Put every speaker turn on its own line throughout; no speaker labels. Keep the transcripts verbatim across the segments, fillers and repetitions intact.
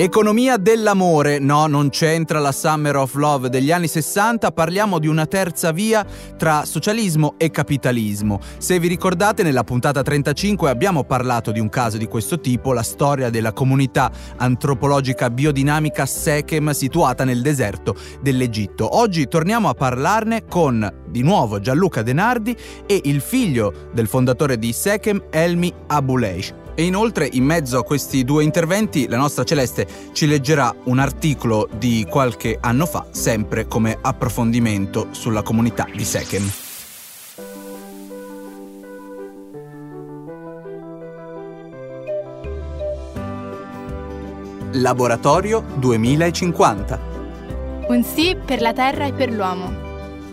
Economia dell'amore, no, non c'entra la Summer of Love degli anni sessanta, parliamo di una terza via tra socialismo e capitalismo. Se vi ricordate, nella puntata trentacinque abbiamo parlato di un caso di questo tipo, la storia della comunità antropologica biodinamica Sechem situata nel deserto dell'Egitto. Oggi torniamo a parlarne con, di nuovo, Gianluca Denardi e il figlio del fondatore di Sechem, Helmi Abuleish. E inoltre, in mezzo a questi due interventi, la nostra Celeste ci leggerà un articolo di qualche anno fa, sempre come approfondimento sulla comunità di Sechem. Laboratorio duemilacinquanta.
Un sì per la terra e per l'uomo.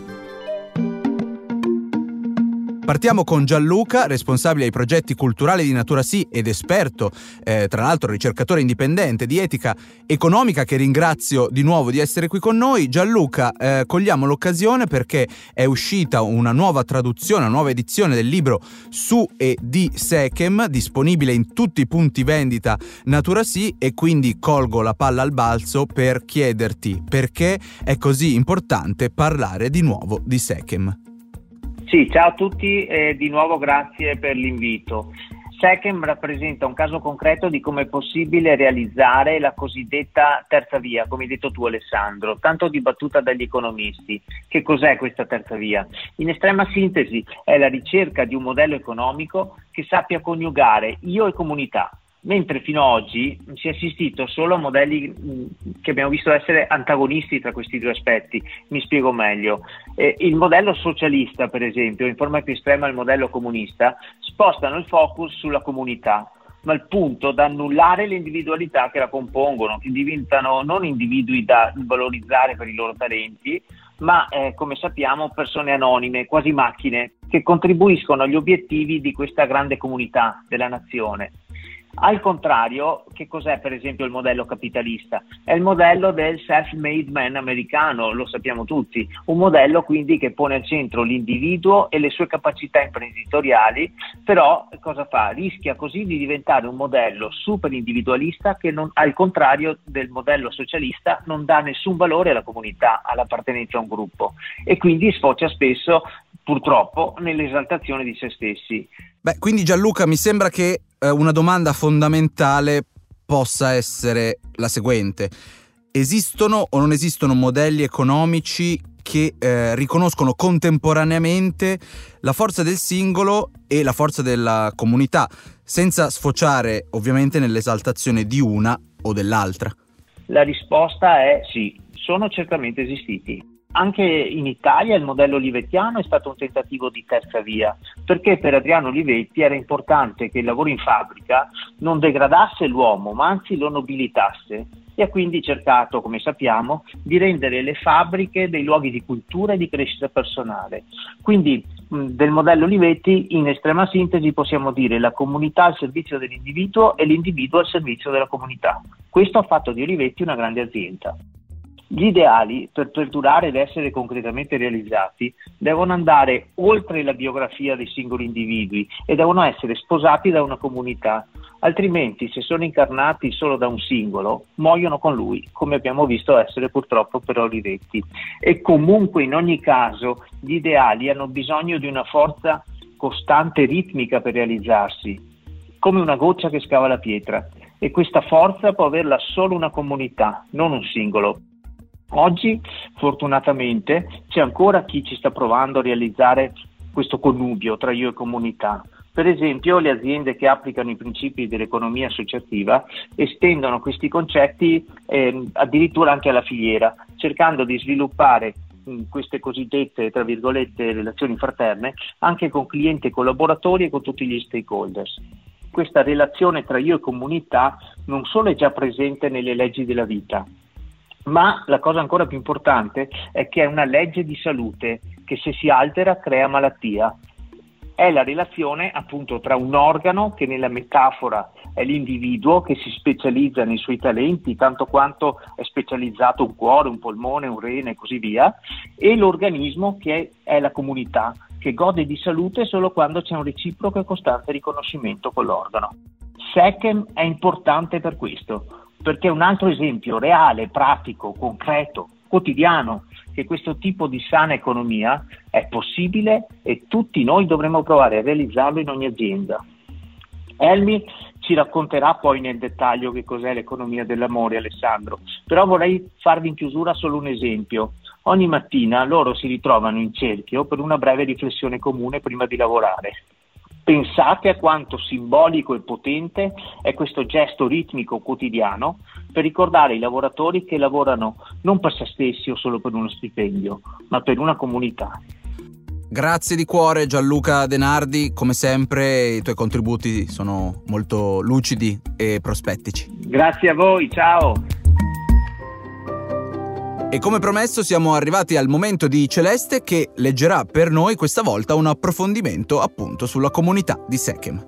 Partiamo con Gianluca, responsabile ai progetti culturali di Natura Sì ed esperto, eh, tra l'altro ricercatore indipendente di etica economica, che ringrazio di nuovo di essere qui con noi. Gianluca, eh, cogliamo l'occasione perché è uscita una nuova traduzione, una nuova edizione del libro su e di Sechem, disponibile in tutti i punti vendita Natura Sì, e quindi colgo la palla al balzo per chiederti perché è così importante parlare di nuovo di Sechem.
Sì, ciao a tutti e di nuovo grazie per l'invito. Sechem rappresenta un caso concreto di come è possibile realizzare la cosiddetta terza via, come hai detto tu Alessandro, tanto dibattuta dagli economisti. Che cos'è questa terza via? In estrema sintesi è la ricerca di un modello economico che sappia coniugare io e comunità. Mentre fino ad oggi si è assistito solo a modelli mh, che abbiamo visto essere antagonisti tra questi due aspetti. Mi spiego meglio. Eh, il modello socialista, per esempio, in forma più estrema il modello comunista, spostano il focus sulla comunità, ma al punto da annullare le individualità che la compongono, che diventano non individui da valorizzare per i loro talenti, ma eh, come sappiamo persone anonime, quasi macchine, che contribuiscono agli obiettivi di questa grande comunità della nazione. Al contrario, che cos'è per esempio il modello capitalista? È il modello del self-made man americano, lo sappiamo tutti, un modello quindi che pone al centro l'individuo e le sue capacità imprenditoriali, però cosa fa? Rischia così di diventare un modello super individualista che non, al contrario del modello socialista non dà nessun valore alla comunità, all'appartenenza a un gruppo, e quindi sfocia spesso purtroppo nell'esaltazione di se stessi.
Beh, quindi Gianluca, mi sembra che eh, una domanda fondamentale possa essere la seguente: esistono o non esistono modelli economici che eh, riconoscono contemporaneamente la forza del singolo e la forza della comunità, senza sfociare ovviamente nell'esaltazione di una o dell'altra?
La risposta è sì, sono certamente esistiti. Anche in Italia il modello olivettiano è stato un tentativo di terza via, perché per Adriano Olivetti era importante che il lavoro in fabbrica non degradasse l'uomo, ma anzi lo nobilitasse, e ha quindi cercato, come sappiamo, di rendere le fabbriche dei luoghi di cultura e di crescita personale. Quindi mh, del modello Olivetti, in estrema sintesi, possiamo dire la comunità al servizio dell'individuo e l'individuo al servizio della comunità. Questo ha fatto di Olivetti una grande azienda. Gli ideali, per perdurare ed essere concretamente realizzati, devono andare oltre la biografia dei singoli individui e devono essere sposati da una comunità, altrimenti, se sono incarnati solo da un singolo, muoiono con lui, come abbiamo visto essere purtroppo per Olivetti. E comunque, in ogni caso, gli ideali hanno bisogno di una forza costante e ritmica per realizzarsi, come una goccia che scava la pietra, e questa forza può averla solo una comunità, non un singolo. Oggi, fortunatamente, c'è ancora chi ci sta provando a realizzare questo connubio tra io e comunità. Per esempio, le aziende che applicano i principi dell'economia associativa estendono questi concetti eh, addirittura anche alla filiera, cercando di sviluppare mh, queste cosiddette, tra virgolette, relazioni fraterne anche con clienti e collaboratori e con tutti gli stakeholders. Questa relazione tra io e comunità non solo è già presente nelle leggi della vita, ma la cosa ancora più importante è che è una legge di salute che, se si altera, crea malattia. È la relazione appunto tra un organo, che nella metafora è l'individuo che si specializza nei suoi talenti tanto quanto è specializzato un cuore, un polmone, un rene e così via, e l'organismo che è, è la comunità, che gode di salute solo quando c'è un reciproco e costante riconoscimento con l'organo. Sechem è importante per questo. perché è un altro esempio reale, pratico, concreto, quotidiano, che questo tipo di sana economia è possibile e tutti noi dovremmo provare a realizzarlo in ogni azienda. Elmi ci racconterà poi nel dettaglio che cos'è l'economia dell'amore, Alessandro, però vorrei farvi in chiusura solo un esempio. Ogni mattina loro si ritrovano in cerchio per una breve riflessione comune prima di lavorare. Pensate a quanto simbolico e potente è questo gesto ritmico quotidiano per ricordare ai lavoratori che lavorano non per se stessi o solo per uno stipendio, ma per una comunità.
Grazie di cuore Gianluca Denardi, come sempre i tuoi contributi sono molto lucidi e prospettici.
Grazie a voi, ciao!
E come promesso siamo arrivati al momento di Celeste, che leggerà per noi questa volta un approfondimento appunto sulla comunità di Sechem.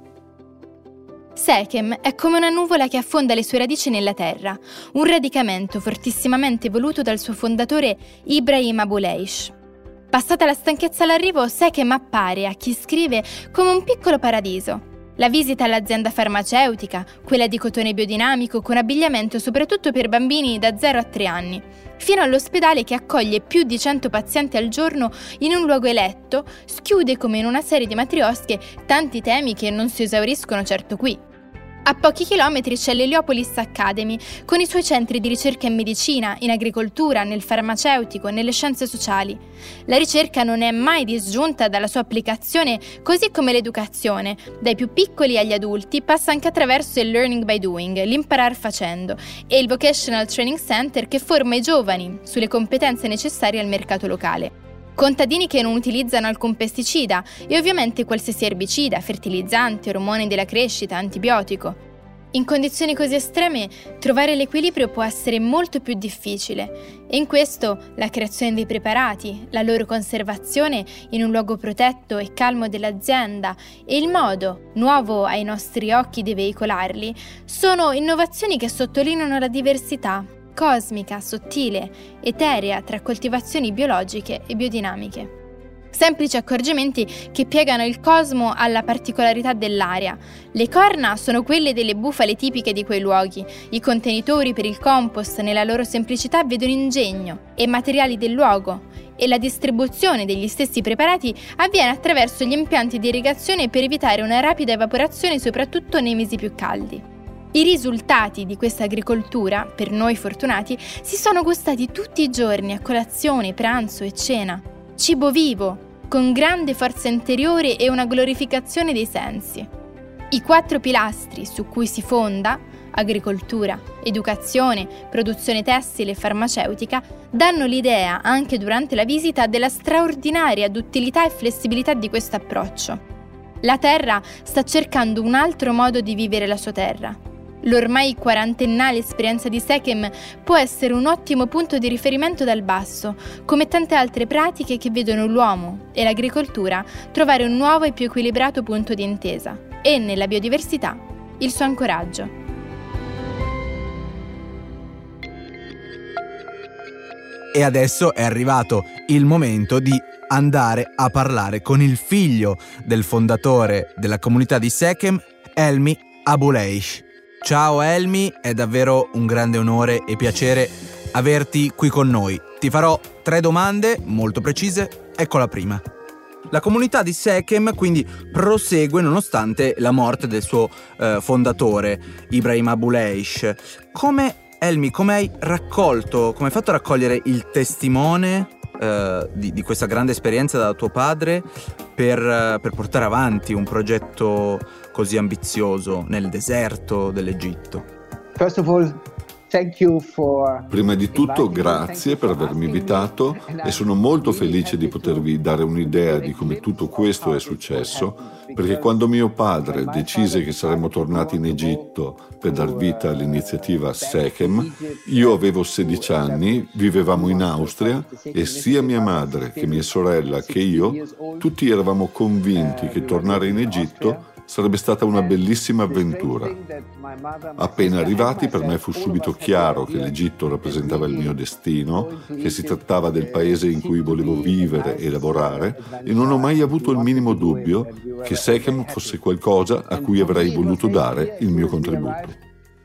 Sechem è come una nuvola che affonda le sue radici nella terra, un radicamento fortissimamente voluto dal suo fondatore Ibrahim Abuleish. Passata la stanchezza all'arrivo, Sechem appare a chi scrive come un piccolo paradiso. La visita all'azienda farmaceutica, quella di cotone biodinamico con abbigliamento soprattutto per bambini da zero a tre anni, fino all'ospedale che accoglie più di cento pazienti al giorno in un luogo eletto, schiude come in una serie di matriosche tanti temi che non si esauriscono certo qui. A pochi chilometri c'è l'Heliopolis Academy, con i suoi centri di ricerca in medicina, in agricoltura, nel farmaceutico, nelle scienze sociali. La ricerca non è mai disgiunta dalla sua applicazione, così come l'educazione. Dai più piccoli agli adulti passa anche attraverso il learning by doing, l'imparar facendo, e il Vocational Training Center che forma i giovani sulle competenze necessarie al mercato locale. Contadini che non utilizzano alcun pesticida e ovviamente qualsiasi erbicida, fertilizzante, ormone della crescita, antibiotico. In condizioni così estreme trovare l'equilibrio può essere molto più difficile e in questo la creazione dei preparati, la loro conservazione in un luogo protetto e calmo dell'azienda e il modo, nuovo ai nostri occhi di veicolarli, sono innovazioni che sottolineano la diversità cosmica, sottile, eterea tra coltivazioni biologiche e biodinamiche. Semplici accorgimenti che piegano il cosmo alla particolarità dell'area. Le corna sono quelle delle bufale tipiche di quei luoghi. I contenitori per il compost nella loro semplicità vedono ingegno e materiali del luogo e la distribuzione degli stessi preparati avviene attraverso gli impianti di irrigazione per evitare una rapida evaporazione soprattutto nei mesi più caldi. I risultati di questa agricoltura, per noi fortunati, si sono gustati tutti i giorni a colazione, pranzo e cena. Cibo vivo, con grande forza interiore e una glorificazione dei sensi. I quattro pilastri su cui si fonda, agricoltura, educazione, produzione tessile e farmaceutica, danno l'idea, anche durante la visita, della straordinaria duttilità e flessibilità di questo approccio. La terra sta cercando un altro modo di vivere la sua terra. L'ormai quarantennale esperienza di Sechem può essere un ottimo punto di riferimento dal basso, come tante altre pratiche che vedono l'uomo e l'agricoltura trovare un nuovo e più equilibrato punto di intesa e, nella biodiversità, il suo ancoraggio.
E adesso è arrivato il momento di andare a parlare con il figlio del fondatore della comunità di Sechem, Helmi Abuleish. Ciao Helmi, è davvero un grande onore e piacere averti qui con noi. Ti farò tre domande molto precise, ecco la prima. La comunità di Sechem quindi prosegue nonostante la morte del suo eh, fondatore, Ibrahim Abuleish. Come, Helmi, come hai raccolto, come hai fatto a raccogliere il testimone eh, di, di questa grande esperienza da tuo padre per, eh, per portare avanti un progetto così ambizioso nel deserto dell'Egitto?
First of all, thank you for...
Prima di tutto grazie per avermi invitato e sono molto felice di potervi dare un'idea di come tutto questo è successo, perché quando mio padre decise che saremmo tornati in Egitto per dar vita all'iniziativa Sechem, io avevo sedici anni, vivevamo in Austria e sia mia madre che mia sorella che io, tutti eravamo convinti che tornare in Egitto sarebbe stata una bellissima avventura. Appena arrivati, per me fu subito chiaro che l'Egitto rappresentava il mio destino, che si trattava del paese in cui volevo vivere e lavorare, e non ho mai avuto il minimo dubbio che Sechem fosse qualcosa a cui avrei voluto dare il mio contributo.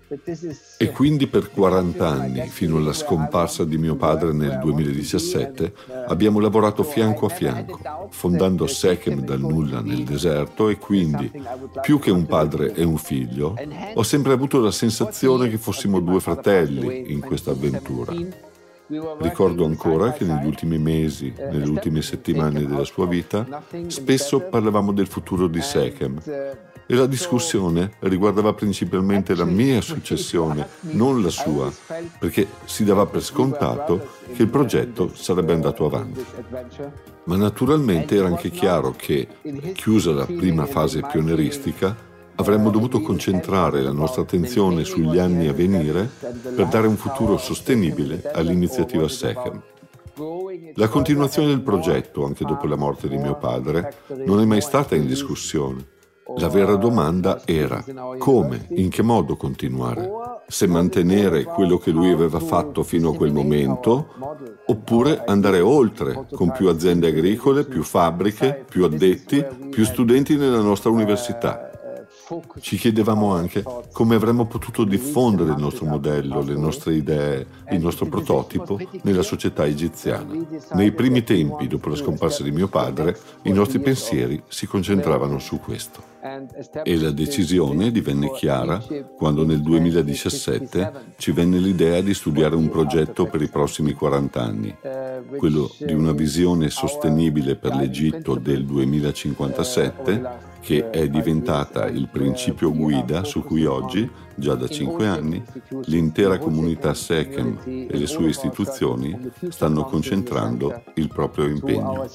E quindi per quaranta anni, fino alla scomparsa di mio padre nel duemiladiciassette, abbiamo lavorato fianco a fianco, fondando Sechem dal nulla nel deserto, e quindi, più che un padre e un figlio, ho sempre avuto la sensazione che fossimo due fratelli in questa avventura. Ricordo ancora che negli ultimi mesi, nelle ultime settimane della sua vita, spesso parlavamo del futuro di Sechem, e la discussione riguardava principalmente la mia successione, non la sua, perché si dava per scontato che il progetto sarebbe andato avanti. Ma naturalmente era anche chiaro che, chiusa la prima fase pionieristica, avremmo dovuto concentrare la nostra attenzione sugli anni a venire per dare un futuro sostenibile all'iniziativa Sechem. La continuazione del progetto, anche dopo la morte di mio padre, non è mai stata in discussione. La vera domanda era come, in che modo continuare? Se mantenere quello che lui aveva fatto fino a quel momento, oppure andare oltre, con più aziende agricole, più fabbriche, più addetti, più studenti nella nostra università. Ci chiedevamo anche come avremmo potuto diffondere il nostro modello, le nostre idee, il nostro prototipo nella società egiziana. Nei primi tempi, dopo la scomparsa di mio padre, i nostri pensieri si concentravano su questo. E la decisione divenne chiara quando nel duemiladiciassette ci venne l'idea di studiare un progetto per i prossimi quaranta anni, quello di una visione sostenibile per l'Egitto del duemilacinquantasette, che è diventata il principio guida su cui oggi, già da cinque anni, l'intera comunità Sechem e le sue istituzioni stanno concentrando il proprio impegno.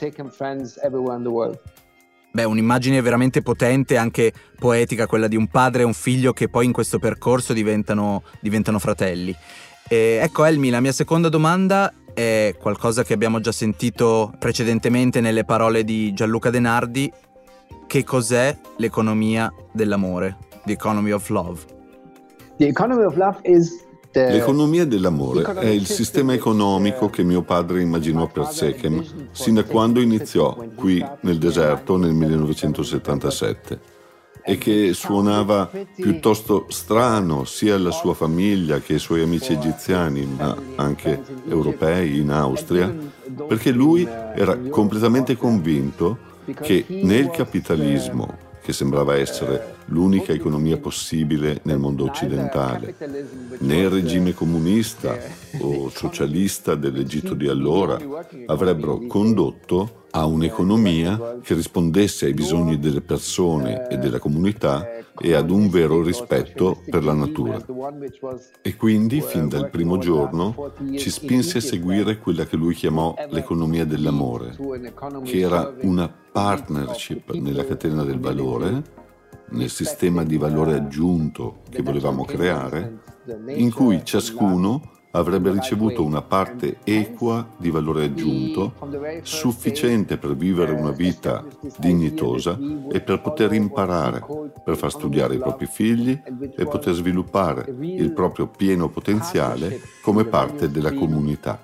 Beh, un'immagine veramente potente, anche poetica, quella di un padre e un figlio che poi in questo percorso diventano, diventano fratelli. E ecco Elmi, la mia seconda domanda è qualcosa che abbiamo già sentito precedentemente nelle parole di Gianluca De Nardi. Che cos'è l'economia dell'amore? The economy of love.
The economy of love is
L'economia dell'amore è il sistema economico che mio padre immaginò per Sechem sin da quando iniziò qui nel deserto nel millenovecentosettantasette e che suonava piuttosto strano sia alla sua famiglia che ai suoi amici egiziani, ma anche europei in Austria, perché lui era completamente convinto che né il capitalismo, che sembrava essere l'unica economia possibile nel mondo occidentale, né il regime comunista o socialista dell'Egitto di allora avrebbero condotto a un'economia che rispondesse ai bisogni delle persone e della comunità e ad un vero rispetto per la natura. E quindi, fin dal primo giorno, ci spinse a seguire quella che lui chiamò l'economia dell'amore, che era una partnership nella catena del valore, nel sistema di valore aggiunto che volevamo creare, in cui ciascuno avrebbe ricevuto una parte equa di valore aggiunto, sufficiente per vivere una vita dignitosa e per poter imparare, per far studiare i propri figli e poter sviluppare il proprio pieno potenziale come parte della comunità.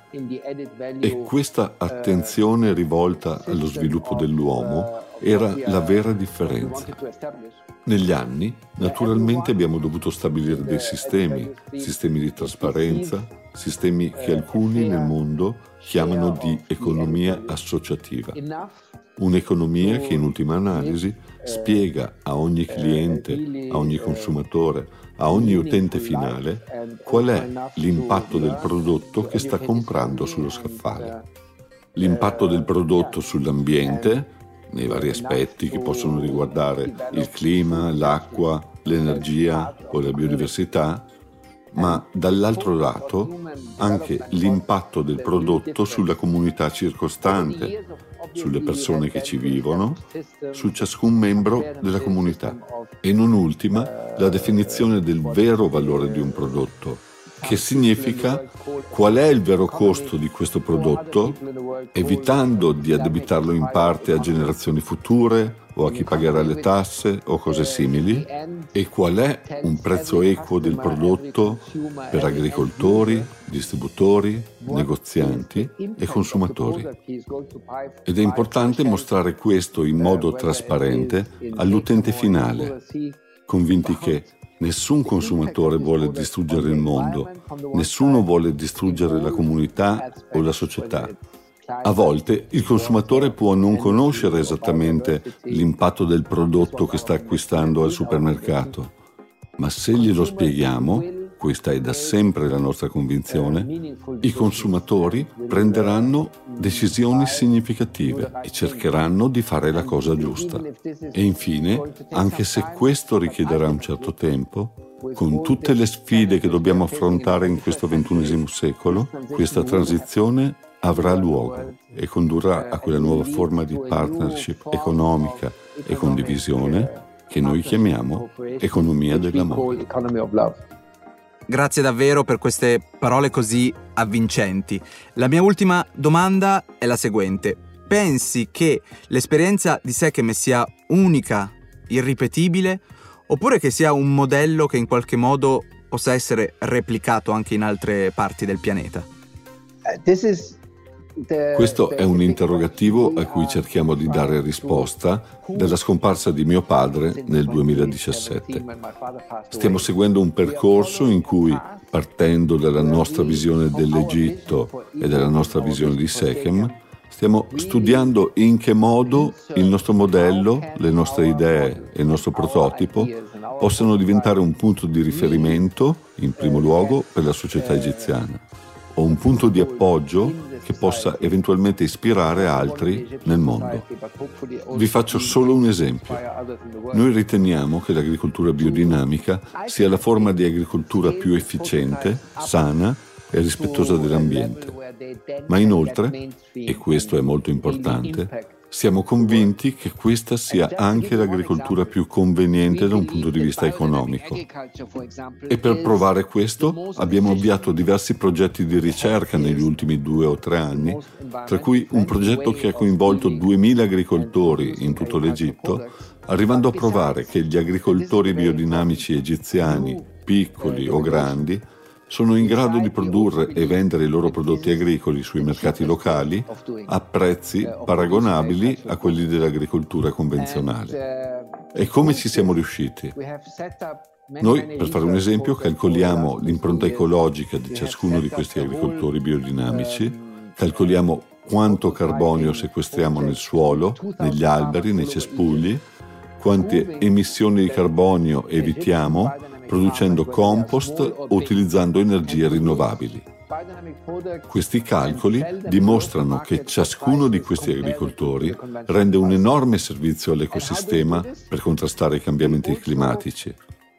E questa attenzione rivolta allo sviluppo dell'uomo era la vera differenza. Negli anni, naturalmente, abbiamo dovuto stabilire dei sistemi, sistemi di trasparenza, sistemi che alcuni nel mondo chiamano di economia associativa. Un'economia che in ultima analisi spiega a ogni cliente, a ogni consumatore, a ogni utente finale qual è l'impatto del prodotto che sta comprando sullo scaffale. L'impatto del prodotto sull'ambiente, nei vari aspetti che possono riguardare il clima, l'acqua, l'energia o la biodiversità, ma dall'altro lato anche l'impatto del prodotto sulla comunità circostante, sulle persone che ci vivono, su ciascun membro della comunità. E non ultima, la definizione del vero valore di un prodotto, che significa qual è il vero costo di questo prodotto, evitando di addebitarlo in parte a generazioni future o a chi pagherà le tasse o cose simili, e qual è un prezzo equo del prodotto per agricoltori, distributori, negozianti e consumatori. Ed è importante mostrare questo in modo trasparente all'utente finale, convinti che Nessun consumatore vuole distruggere il mondo, nessuno vuole distruggere la comunità o la società. A volte il consumatore può non conoscere esattamente l'impatto del prodotto che sta acquistando al supermercato, ma se glielo spieghiamo, questa è da sempre la nostra convinzione, i consumatori prenderanno decisioni significative e cercheranno di fare la cosa giusta. E infine, anche se questo richiederà un certo tempo, con tutte le sfide che dobbiamo affrontare in questo ventunesimo secolo, questa transizione avrà luogo e condurrà a quella nuova forma di partnership economica e condivisione che noi chiamiamo economia dell'amore.
Grazie davvero per queste parole così avvincenti. La mia ultima domanda è la seguente. Pensi che l'esperienza di Sechem sia unica, irripetibile, oppure che sia un modello che in qualche modo possa essere replicato anche in altre parti del pianeta?
Questo è un interrogativo a cui cerchiamo di dare risposta dalla scomparsa di mio padre nel duemiladiciassette. Stiamo seguendo un percorso in cui, partendo dalla nostra visione dell'Egitto e dalla nostra visione di Sechem, stiamo studiando in che modo il nostro modello, le nostre idee e il nostro prototipo possano diventare un punto di riferimento, in primo luogo, per la società egiziana, o un punto di appoggio che possa eventualmente ispirare altri nel mondo. Vi faccio solo un esempio. Noi riteniamo che l'agricoltura biodinamica sia la forma di agricoltura più efficiente, sana e rispettosa dell'ambiente. Ma inoltre, e questo è molto importante, siamo convinti che questa sia anche l'agricoltura più conveniente da un punto di vista economico. E per provare questo abbiamo avviato diversi progetti di ricerca negli ultimi due o tre anni, tra cui un progetto che ha coinvolto duemila agricoltori in tutto l'Egitto, arrivando a provare che gli agricoltori biodinamici egiziani, piccoli o grandi, sono in grado di produrre e vendere i loro prodotti agricoli sui mercati locali a prezzi paragonabili a quelli dell'agricoltura convenzionale. E come ci siamo riusciti? Noi, per fare un esempio, calcoliamo l'impronta ecologica di ciascuno di questi agricoltori biodinamici, calcoliamo quanto carbonio sequestriamo nel suolo, negli alberi, nei cespugli, quante emissioni di carbonio evitiamo producendo compost o utilizzando energie rinnovabili. Questi calcoli dimostrano che ciascuno di questi agricoltori rende un enorme servizio all'ecosistema per contrastare i cambiamenti climatici.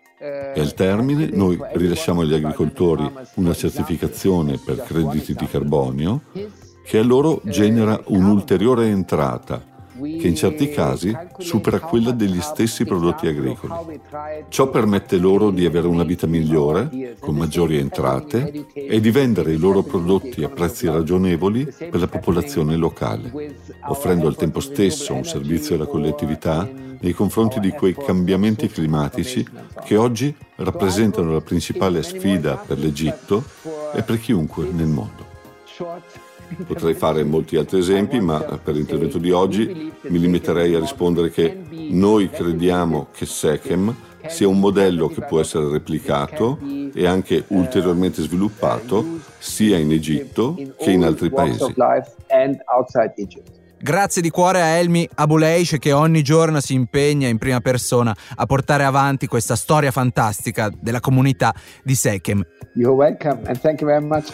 E al termine noi rilasciamo agli agricoltori una certificazione per crediti di carbonio che a loro genera un'ulteriore entrata che in certi casi supera quella degli stessi prodotti agricoli. Ciò permette loro di avere una vita migliore, con maggiori entrate, e di vendere i loro prodotti a prezzi ragionevoli per la popolazione locale, offrendo al tempo stesso un servizio alla collettività nei confronti di quei cambiamenti climatici che oggi rappresentano la principale sfida per l'Egitto e per chiunque nel mondo. Potrei fare molti altri esempi, ma per l'intervento di oggi mi limiterei a rispondere che noi crediamo che Sechem sia un modello che può essere replicato e anche ulteriormente sviluppato sia in Egitto che in altri paesi.
Grazie di cuore a Helmi Abuleish, che ogni giorno si impegna in prima persona a portare avanti questa storia fantastica della comunità di Sechem.
You're welcome and thank you very much.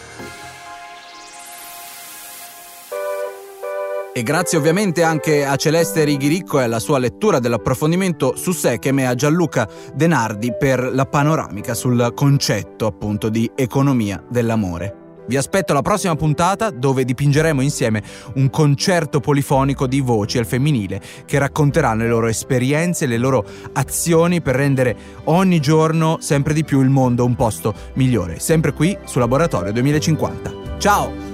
E grazie ovviamente anche a Celeste Righiricco e alla sua lettura dell'approfondimento su Sechem, e a Gianluca Denardi per la panoramica sul concetto appunto di economia dell'amore. Vi aspetto alla prossima puntata, dove dipingeremo insieme un concerto polifonico di voci al femminile che racconteranno le loro esperienze e le loro azioni per rendere ogni giorno sempre di più il mondo un posto migliore. Sempre qui su Laboratorio duemilacinquanta. Ciao!